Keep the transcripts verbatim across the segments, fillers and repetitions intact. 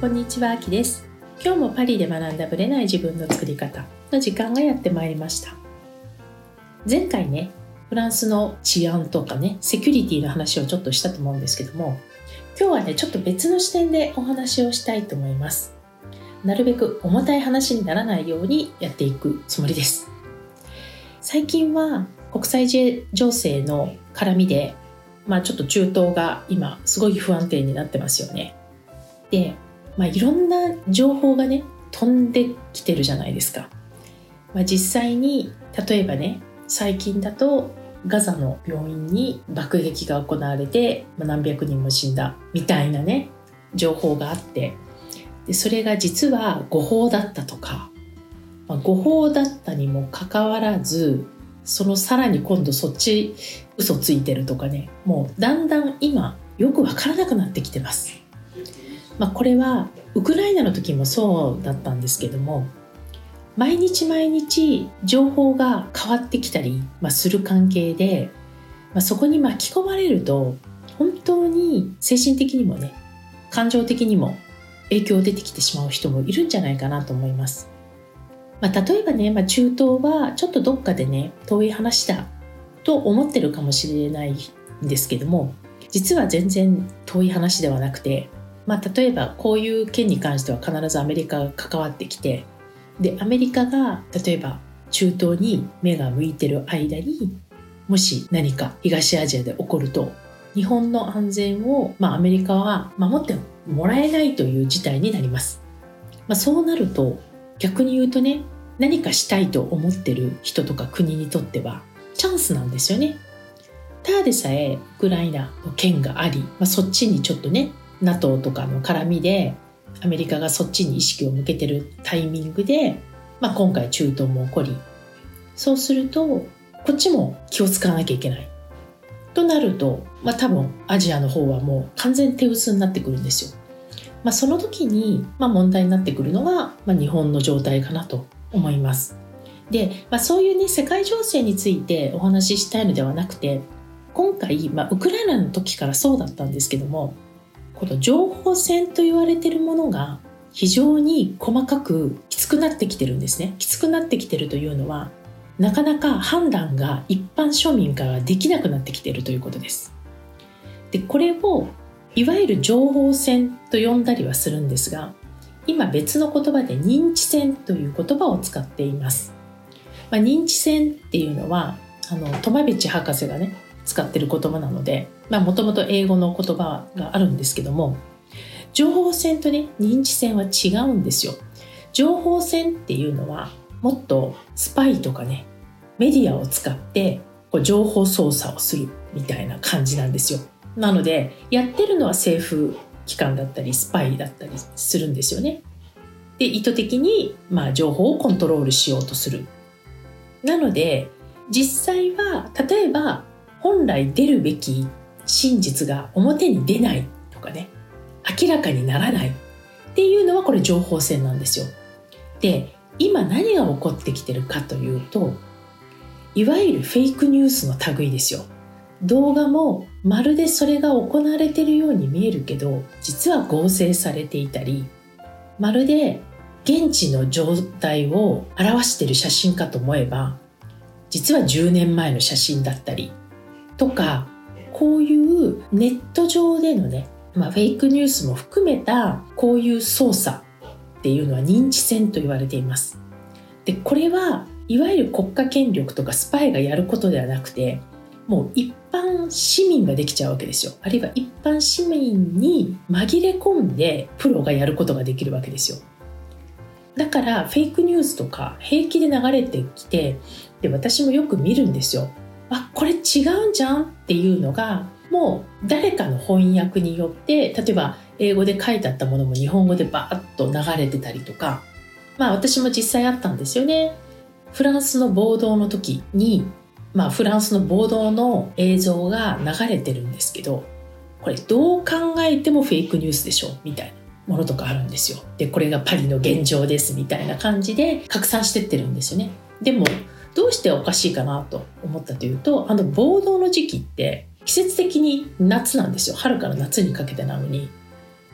こんにちは、あきです。今日もパリで学んだブレない自分の作り方の時間がやってまいりました。前回ね、フランスの治安とかね、セキュリティの話をちょっとしたと思うんですけども、今日はね、ちょっと別の視点でお話をしたいと思います。なるべく重たい話にならないようにやっていくつもりです。最近は国際情勢の絡みで、まあちょっと中東が今すごい不安定になってますよね。で、まあいろんな情報がね飛んできてるじゃないですか。まあ、実際に例えばね、最近だとガザの病院に爆撃が行われて、まあ、何百人も死んだみたいなね情報があって、でそれが実は誤報だったとか、まあ、誤報だったにもかかわらず、そのさらに今度そっち嘘ついてるとかね、もうだんだん今よくわからなくなってきてます。まあ、これはウクライナの時もそうだったんですけども、毎日毎日情報が変わってきたり、まあ、する関係で、まあ、そこに巻き込まれると本当に精神的にもね、感情的にも影響出てきてしまう人もいるんじゃないかなと思います。まあ、例えばね、まあ、中東はちょっとどっかでね遠い話だと思ってるかもしれないんですけども、実は全然遠い話ではなくて、まあ、例えばこういう件に関しては必ずアメリカが関わってきて、でアメリカが例えば中東に目が向いてる間にもし何か東アジアで起こると、日本の安全を、まあ、アメリカは守ってもらえないという事態になります。まあ、そうなると逆に言うとね、何かしたいと思ってる人とか国にとってはチャンスなんですよね。ただでさえウクライナの件があり、まあ、そっちにちょっとね NATO とかの絡みでアメリカがそっちに意識を向けてるタイミングで、まあ、今回中東も起こり、そうするとこっちも気を使わなきゃいけないとなると、まあ、多分アジアの方はもう完全手薄になってくるんですよ。まあ、その時に、まあ、問題になってくるのが、まあ、日本の状態かなと思います。で、まあ、そういうね世界情勢についてお話ししたいのではなくて、今回、まあ、ウクライナの時からそうだったんですけども、この情報戦と言われているものが非常に細かくきつくなってきてるんですね。きつくなってきてるというのは、なかなか判断が一般庶民からできなくなってきているということです。で、これをいわゆる情報戦と呼んだりはするんですが、今別の言葉で認知戦という言葉を使っています。まあ、認知戦っていうのはあのトマベチ博士がね使ってる言葉なので、もともと英語の言葉があるんですけども、情報戦とね認知戦は違うんですよ。情報戦っていうのはもっとスパイとかねメディアを使ってこう情報操作をするみたいな感じなんですよ。なのでやってるのは政府機関だったりスパイだったりするんですよね。で、意図的に、まあ、情報をコントロールしようとする。なので実際は例えば本来出るべき真実が表に出ないとかね、明らかにならないっていうのはこれ情報戦なんですよ。で、今何が起こってきてるかというと、いわゆるフェイクニュースの類ですよ。動画もまるでそれが行われているように見えるけど、実は合成されていたり、まるで現地の状態を表している写真かと思えば、実はじゅうねんまえの写真だったりとか、こういうネット上でのね、まあ、フェイクニュースも含めたこういう操作っていうのは認知戦と言われています。で、これはいわゆる国家権力とかスパイがやることではなくて、もう一般市民ができちゃうわけですよ。あるいは一般市民に紛れ込んでプロがやることができるわけですよ。だからフェイクニュースとか平気で流れてきて、で私もよく見るんですよ。あ、これ違うんじゃんっていうのがもう誰かの翻訳によって、例えば英語で書いてあったものも日本語でバーッと流れてたりとか、まあ私も実際あったんですよね。フランスの暴動の時に、まあフランスの暴動の映像が流れてるんですけど、これどう考えてもフェイクニュースでしょみたいなものとかあるんですよ。で、これがパリの現状ですみたいな感じで拡散してってるんですよね。でもどうしておかしいかなと思ったというと、あの暴動の時期って季節的に夏なんですよ。春から夏にかけてなのに、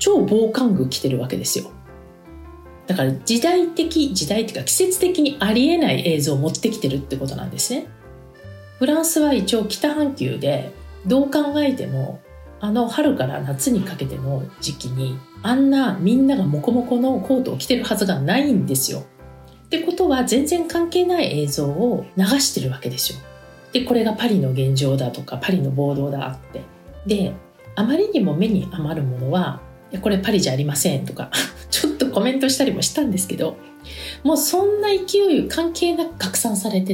超防寒具着てるわけですよ。だから時代的時代っていうか季節的にありえない映像を持ってきてるってことなんですね。フランスは一応北半球でどう考えてもあの春から夏にかけての時期にあんなみんながモコモコのコートを着てるはずがないんですよ。ってことは全然関係ない映像を流してるわけですよ。でこれがパリの現状だとかパリの暴動だって。であまりにも目に余るものはいやこれパリじゃありませんとかちょっとコメントしたりもしたんですけど、もうそんな勢い関係なく拡散されてって、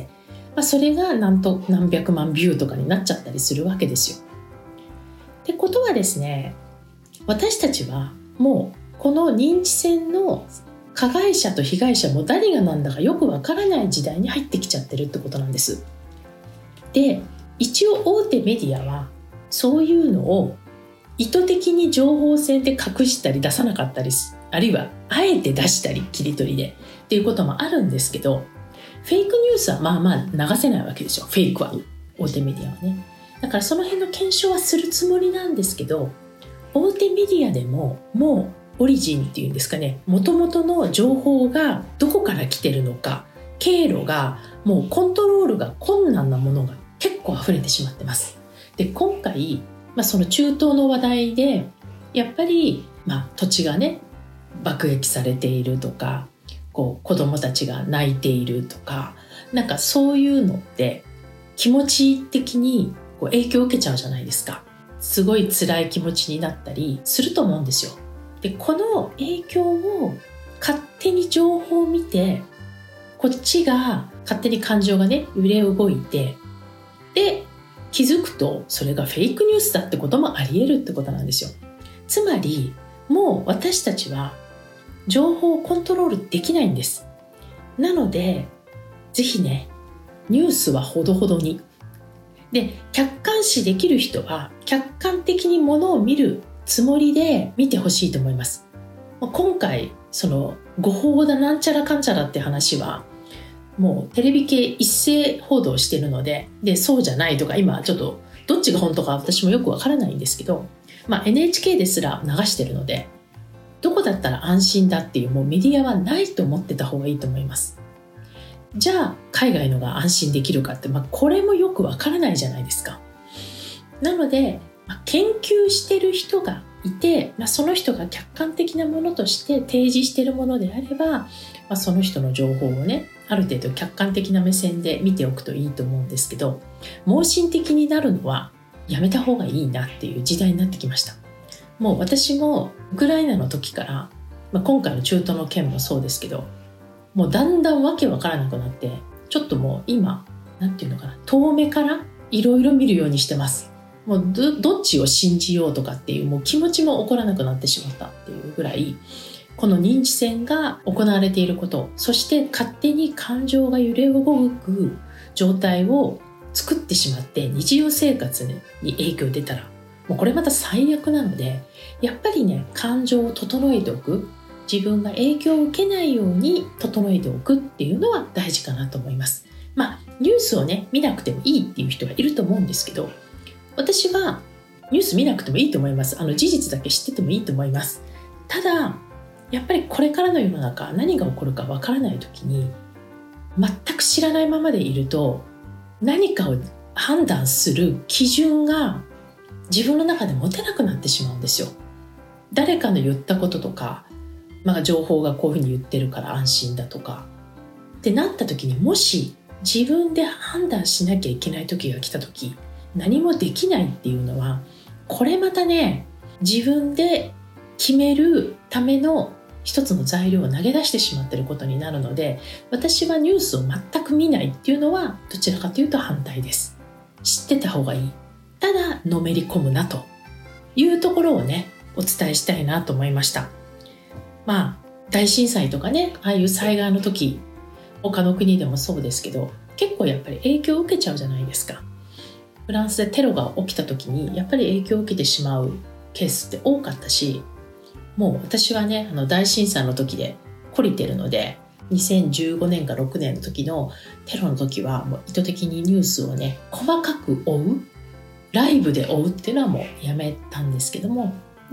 まあ、それがなんと何百万ビューとかになっちゃったりするわけですよ。ってことはですね、私たちはもうこの認知戦の加害者と被害者も誰が何だかよくわからない時代に入ってきちゃってるってことなんです。で、一応大手メディアはそういうのを意図的に情報戦で隠したり出さなかったり、あるいはあえて出したり切り取りでっていうこともあるんですけど、フェイクニュースはまあまあ流せないわけですよ。フェイクは大手メディアはね。だからその辺の検証はするつもりなんですけど、大手メディアでももうオリジンっていうんですかね、元々の情報がどこから来てるのか、経路がもうコントロールが困難なものが結構溢れてしまってます。で今回、まあ、その中東の話題でやっぱり、まあ、土地がね爆撃されているとか、こう子供たちが泣いているとか、なんかそういうのって気持ち的にこう影響を受けちゃうじゃないですか。すごい辛い気持ちになったりすると思うんですよ。でこの影響を勝手に情報を見て、こっちが勝手に感情がね揺れ動いて、で気づくとそれがフェイクニュースだってこともあり得るってことなんですよ。つまりもう私たちは情報をコントロールできないんです。なのでぜひね、ニュースはほどほどに。で、客観視できる人は客観的にものを見るつもりで見てほしいと思います。今回その誤報だなんちゃらかんちゃらって話はもうテレビ系一斉報道してるので、でそうじゃないとか今ちょっとどっちが本当か私もよくわからないんですけど、まあ、エヌエイチケー ですら流してるので、どこだったら安心だっていうもうメディアはないと思ってた方がいいと思います。じゃあ海外のが安心できるかって、まあ、これもよくわからないじゃないですか。なので、まあ、研究してる人がいて、まあ、その人が客観的なものとして提示しているものであれば、まあ、その人の情報をねある程度客観的な目線で見ておくといいと思うんですけど、盲信的になるのはやめた方がいいなっていう時代になってきました。もう私もウクライナの時から、まあ、今回の中東の件もそうですけど、もうだんだんわけわからなくなって、ちょっともう今なんていうのかな、遠目からいろいろ見るようにしてます。もう ど, どっちを信じようとかっていうもう気持ちも起こらなくなってしまったっていうぐらい、この認知戦が行われていること、そして勝手に感情が揺れ動く状態を作ってしまって日常生活に影響出たらもうこれまた最悪なので、やっぱりね感情を整えておく、自分が影響を受けないように整えておくっていうのは大事かなと思います。まあニュースをね見なくてもいいっていう人がいると思うんですけど、私はニュース見なくてもいいと思います。あの事実だけ知っててもいいと思います。ただやっぱりこれからの世の中何が起こるかわからない時に全く知らないままでいると、何かを判断する基準が自分の中で持てなくなってしまうんですよ。誰かの言ったこととか、まあ、情報がこういうふうに言ってるから安心だとかってなった時に、もし自分で判断しなきゃいけない時が来た時何もできないっていうのは、これまたね自分で決めるための一つの材料を投げ出してしまっていることになるので、私はニュースを全く見ないっていうのはどちらかというと反対です。知ってた方がいい。ただのめり込むなというところをねお伝えしたいなと思いました。まあ大震災とかね、ああいう災害の時、他の国でもそうですけど、結構やっぱり影響を受けちゃうじゃないですか。フランスでテロが起きた時にやっぱり影響を受けてしまうケースって多かったし、もう私はねあの大震災の時で懲りてるので、にせんじゅうごねんかろくねんの時のテロの時はもう意図的にニュースをね細かく追う、ライブで追うっていうのはもうやめたんですけども、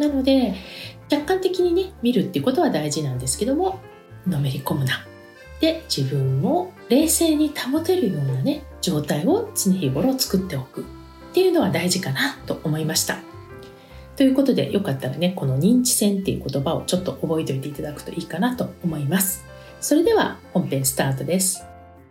なので客観的にね見るっていうことは大事なんですけども、のめり込むな。で、自分を冷静に保てるようなね状態を常日頃作っておくっていうのは大事かなと思いました。ということで、よかったらねこの認知戦っていう言葉をちょっと覚えておいていただくといいかなと思います。それでは本編スタートです。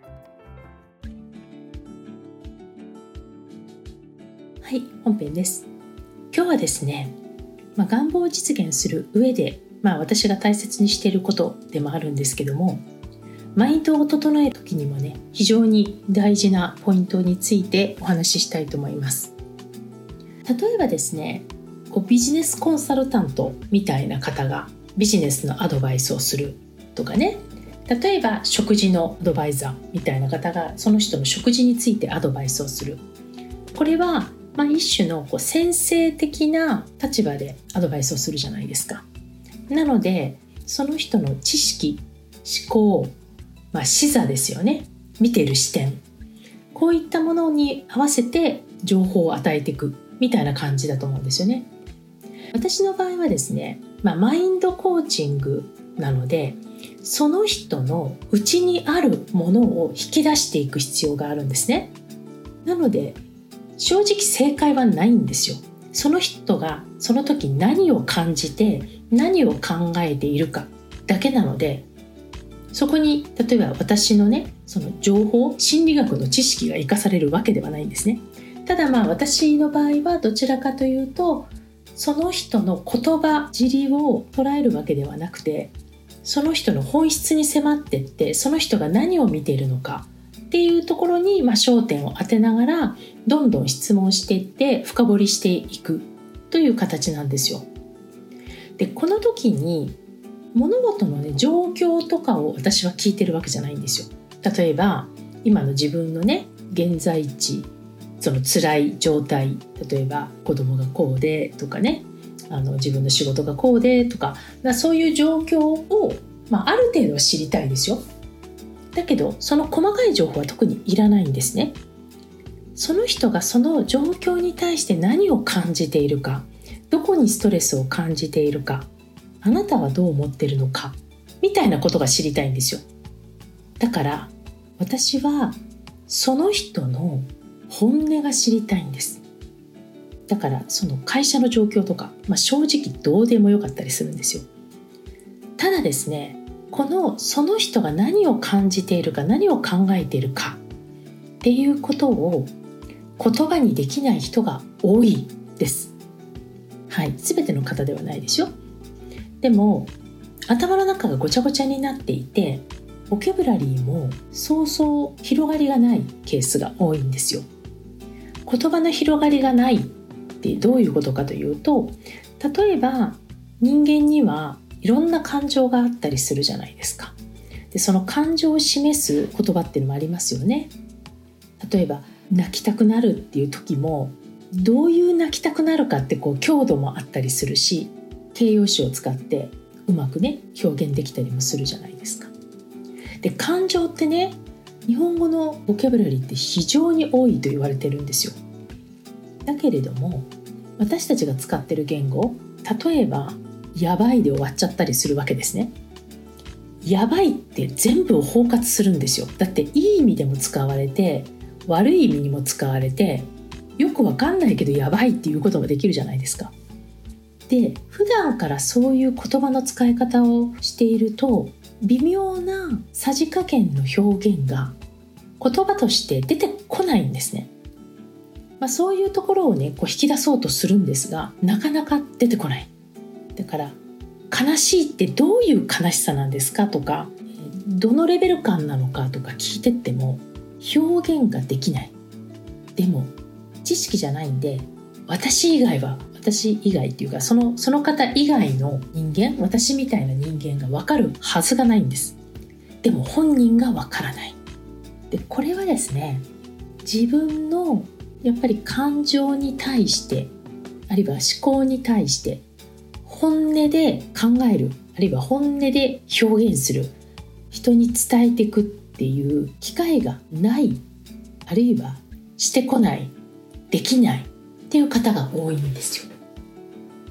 はい、本編です。今日はですね、まあ、願望を実現する上で、まあ、私が大切にしていることでもあるんですけども、マインドを整える時にもね非常に大事なポイントについてお話ししたいと思います。例えばですね、こうビジネスコンサルタントみたいな方がビジネスのアドバイスをするとかね、例えば食事のアドバイザーみたいな方がその人の食事についてアドバイスをする。これはまあ一種のこう先生的な立場でアドバイスをするじゃないですか。なのでその人の知識、思考、まあ、視座ですよね、見てる視点、こういったものに合わせて情報を与えていくみたいな感じだと思うんですよね。私の場合はですね、まあ、マインドコーチングなのでその人の内にあるものを引き出していく必要があるんですね。なので正直正解はないんですよ。その人がその時何を感じて何を考えているかだけなので、そこに例えば私のねその情報、心理学の知識が生かされるわけではないんですね。ただまあ私の場合はどちらかというとその人の言葉尻を捉えるわけではなくて、その人の本質に迫っていって、その人が何を見ているのかっていうところにまあ焦点を当てながらどんどん質問していって深掘りしていくという形なんですよ。で、この時に物事の、ね、状況とかを私は聞いてるわけじゃないんですよ。例えば今の自分のね現在地、その辛い状態、例えば子供がこうでとかね、あの自分の仕事がこうでとか、そういう状況を、まあ、ある程度は知りたいですよ。だけどその細かい情報は特にいらないんですね。その人がその状況に対して何を感じているか、どこにストレスを感じているか、あなたはどう思ってるのかみたいなことが知りたいんですよ。だから私はその人の本音が知りたいんです。だからその会社の状況とか、まあ、正直どうでもよかったりするんですよ。ただですね、このその人が何を感じているか、何を考えているかっていうことを言葉にできない人が多いです。はい、全ての方ではないですよ。でも頭の中がごちゃごちゃになっていて、ボキャブラリーもそうそう広がりがないケースが多いんですよ。言葉の広がりがないってどういうことかというと、例えば人間にはいろんな感情があったりするじゃないですか。で、その感情を示す言葉っていうのもありますよね。例えば泣きたくなるっていう時も、どういう泣きたくなるかってこう強度もあったりするし、形容詞を使ってうまくね表現できたりもするじゃないですか。で、感情ってね、日本語のボキャブラリーって非常に多いと言われてるんですよ。だけれども私たちが使ってる言語、例えばやばいで終わっちゃったりするわけですね。やばいって全部を包括するんですよ。だっていい意味でも使われて悪い意味にも使われて、よくわかんないけどやばいっていうこともできるじゃないですか。で、普段からそういう言葉の使い方をしていると、微妙なさじ加減の表現が言葉として出てこないんですね。まあ、そういうところをねこう引き出そうとするんですが、なかなか出てこない。だから悲しいってどういう悲しさなんですかとか、どのレベル感なのかとか聞いてっても表現ができない。でも知識じゃないんで、私以外は私以外っていうかその、その方以外の人間、私みたいな人間が分かるはずがないんです。でも本人が分からない。で、これはですね、自分のやっぱり感情に対して、あるいは思考に対して本音で考える、あるいは本音で表現する、人に伝えていくっていう機会がない、あるいはしてこない、できないっていう方が多いんですよ。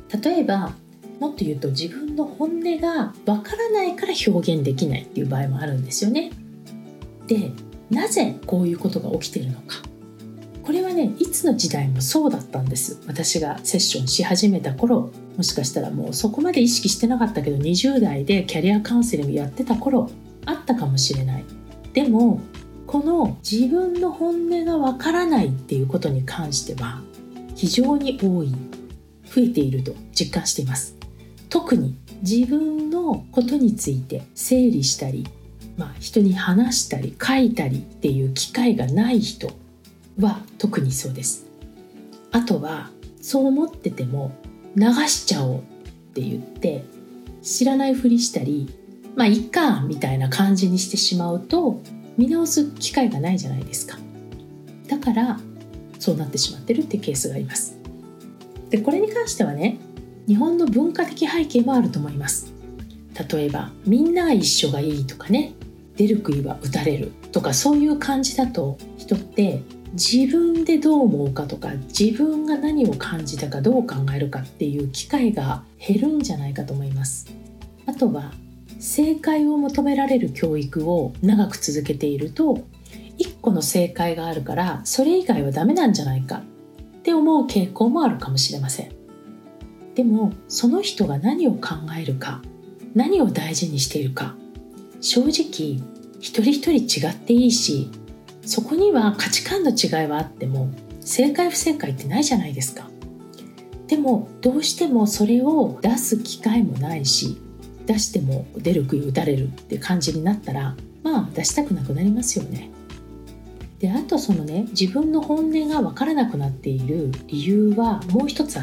例えばもっと言うと、自分の本音がわからないから表現できないっていう場合もあるんですよね。で、なぜこういうことが起きているのか。これはね、いつの時代もそうだったんです。私がセッションし始めた頃、もしかしたらもうそこまで意識してなかったけど、にじゅう代でキャリアカウンセリングやってた頃あったかもしれない。でもこの自分の本音がわからないっていうことに関しては非常に多い、増えていると実感しています。特に自分のことについて整理したり、まあ、人に話したり書いたりっていう機会がない人は特にそうです。あとはそう思ってても流しちゃおうって言って知らないふりしたり、まあいっかみたいな感じにしてしまうと見直す機会がないじゃないですか。だからそうなってしまってるってケースがあります。で、これに関してはね、日本の文化的背景もあると思います。例えばみんなが一緒がいいとかね、出る杭は打たれるとか、そういう感じだと人って自分でどう思うかとか、自分が何を感じたかどう考えるかっていう機会が減るんじゃないかと思います。あとは正解を求められる教育を長く続けていると、一個の正解があるからそれ以外はダメなんじゃないかって思う傾向もあるかもしれません。でもその人が何を考えるか、何を大事にしているか、正直一人一人違っていいし、そこには価値観の違いはあっても正解不正解ってないじゃないですか。でもどうしてもそれを出す機会もないし、出しても出る杭打たれるって感じになったら、まあ出したくなくなりますよね。で、あとそのね、自分の本音が分からなくなっている理由はもう一つあって、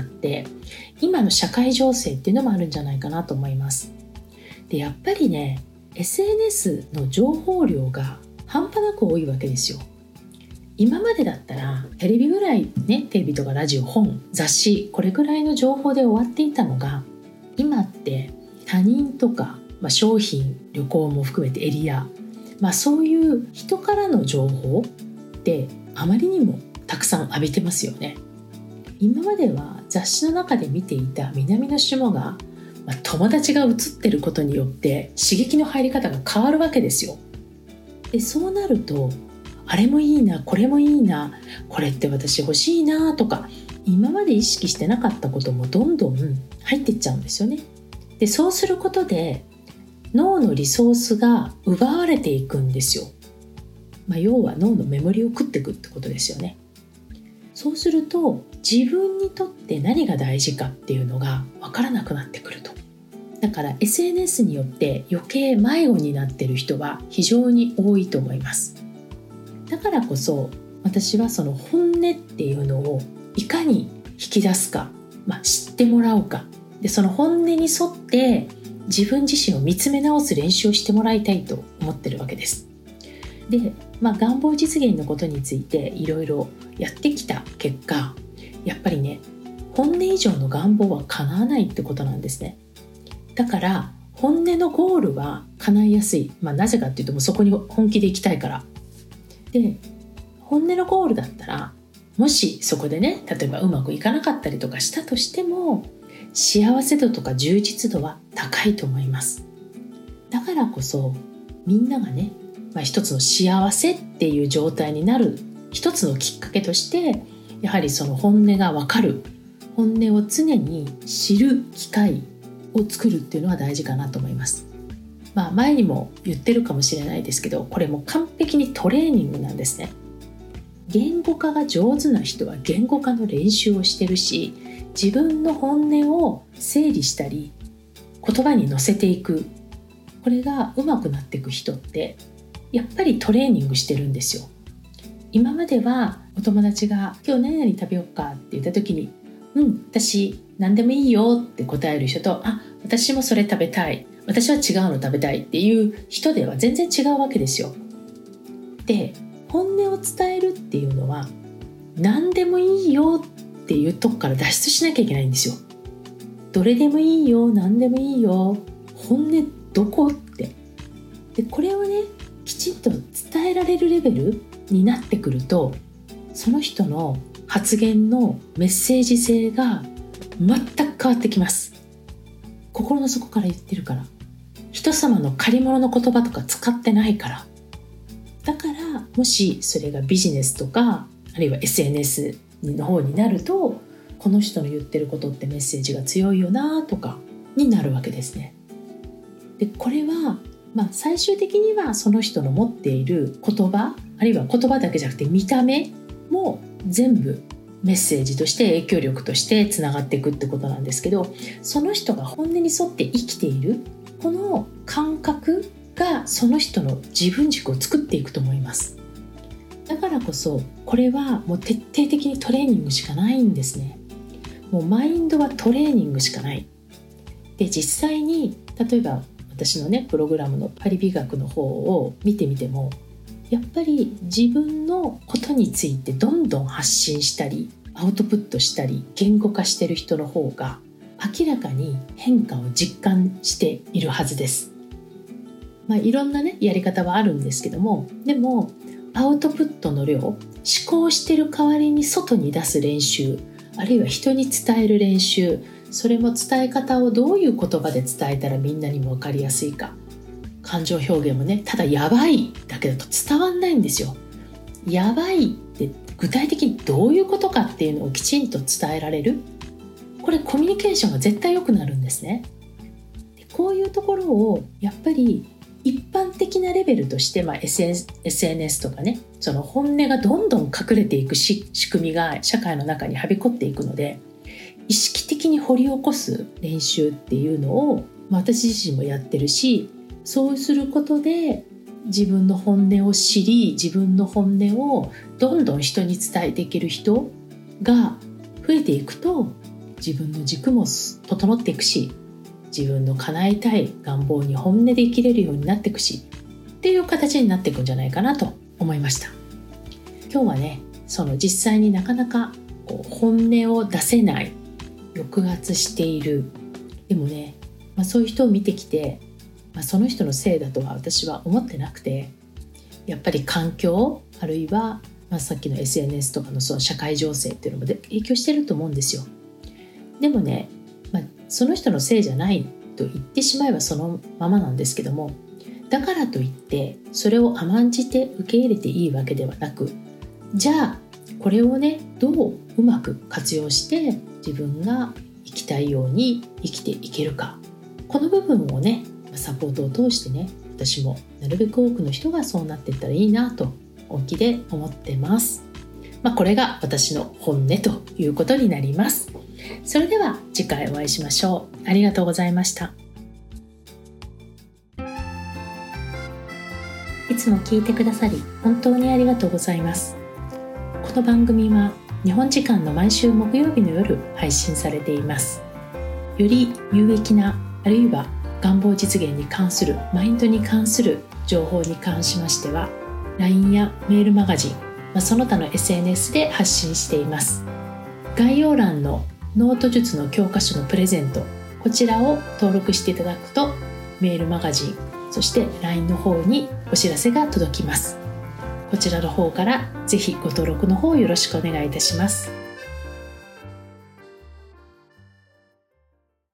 今の社会情勢っていうのもあるんじゃないかなと思います。で、やっぱりね、エスエヌエス の情報量が半端なく多いわけですよ。今までだったらテレビぐらいね、テレビとかラジオ、本、雑誌、これぐらいの情報で終わっていたのが、今って他人とか、まあ、商品、旅行も含めてエリア、まあ、そういう人からの情報ってあまりにもたくさん浴びてますよね。今までは雑誌の中で見ていた南の島が、まあ、友達が写ってることによって刺激の入り方が変わるわけですよ。で、そうなると、あれもいいな、これもいいな、これって私欲しいなとか、今まで意識してなかったこともどんどん入っていっちゃうんですよね。で、そうすることで脳のリソースが奪われていくんですよ。まあ、要は脳のメモリを食っていくってことですよね。そうすると自分にとって何が大事かっていうのが分からなくなってくると。だから エスエヌエス によって余計迷子になっている人は非常に多いと思います。だからこそ私はその本音っていうのをいかに引き出すか、まあ、知ってもらうかで、その本音に沿って自分自身を見つめ直す練習をしてもらいたいと思ってるわけです。で、まあ、願望実現のことについていろいろやってきた結果、やっぱりね、本音以上の願望は叶わないってことなんですね。だから本音のゴールは叶いやすい、まあ、なぜかっていうと、もうそこに本気で行きたいからで、本音のゴールだったら、もしそこでね、例えばうまくいかなかったりとかしたとしても、幸せ度とか充実度は高いと思います。だからこそみんながね、まあ、一つの幸せっていう状態になる一つのきっかけとして、やはりその本音が分かる、本音を常に知る機会を作るっていうのは大事かなと思います。まあ、前にも言ってるかもしれないですけど、これも完璧にトレーニングなんですね。言語化が上手な人は言語化の練習をしてるし、自分の本音を整理したり言葉に乗せていく、これが上手くなっていく人ってやっぱりトレーニングしてるんですよ。今まではお友達が今日何々食べようかって言った時に、うん私何でもいいよって答える人と、あ私もそれ食べたい、私は違うの食べたいっていう人では全然違うわけですよ。で、本音を伝えるっていうのは何でもいいよっていうとこから脱出しなきゃいけないんですよ。どれでもいいよ、何でもいいよ、本音どこって。で、これをねきちんと伝えられるレベルになってくると、その人の発言のメッセージ性が全く変わってきます。心の底から言ってるから、人様の借り物の言葉とか使ってないから。だからもしそれがビジネスとかあるいは エスエヌエス の方になると、この人の言ってることってメッセージが強いよなとかになるわけですね。でこれは、まあ、最終的にはその人の持っている言葉、あるいは言葉だけじゃなくて見た目も全部メッセージとして影響力としてつながっていくってことなんですけど、その人が本音に沿って生きているこの感覚がその人の自分軸を作っていくと思います。だからこそこれはもう徹底的にトレーニングしかないんですね。もうマインドはトレーニングしかない。で実際に例えば私のねプログラムのパリ美学の方を見てみても、やっぱり自分のことについてどんどん発信したりアウトプットしたり言語化してる人の方が明らかに変化を実感しているはずです。まあいろんなねやり方はあるんですけども、でもアウトプットの量、思考してる代わりに外に出す練習、あるいは人に伝える練習、それも伝え方をどういう言葉で伝えたらみんなにも分かりやすいか。感情表現もね、ただやばいだけだと伝わんないんですよ。やばいって具体的にどういうことかっていうのをきちんと伝えられる。これコミュニケーションが絶対良くなるんですね。でこういうところをやっぱり一般的なレベルとして、まあ、エスエヌエス とかね、その本音がどんどん隠れていくし仕組みが社会の中にはびこっていくので、意識的に掘り起こす練習っていうのを、まあ、私自身もやってるし、そうすることで自分の本音を知り、自分の本音をどんどん人に伝えていける人が増えていくと、自分の軸も整っていくし、自分の叶えたい願望に本音で生きれるようになっていくしっていう形になっていくんじゃないかなと思いました。今日はね、その実際になかなかこう本音を出せない、抑圧している、でもね、まあ、そういう人を見てきて、まあ、その人のせいだとは私は思ってなくて、やっぱり環境、あるいは、まあ、さっきの エスエヌエス とかのその社会情勢っていうのもで影響してると思うんですよ。でもね、まあ、その人のせいじゃないと言ってしまえばそのままなんですけども、だからといってそれを甘んじて受け入れていいわけではなく、じゃあこれをねどううまく活用して自分が生きたいように生きていけるか、この部分をねサポートを通してね、私もなるべく多くの人がそうなっていったらいいなと本気で思ってます。まあ、これが私の本音ということになります。それでは次回お会いしましょう。ありがとうございました。いつも聞いてくださり本当にありがとうございます。この番組は日本時間の毎週木曜日の夜配信されています。より有益な、あるいは願望実現に関する、マインドに関する情報に関しましては ライン やメールマガジン、まあ、その他の エスエヌエス で発信しています。概要欄のノート術の教科書のプレゼント、こちらを登録していただくとメールマガジン、そして ライン の方にお知らせが届きます。こちらの方からぜひご登録の方よろしくお願いいたします。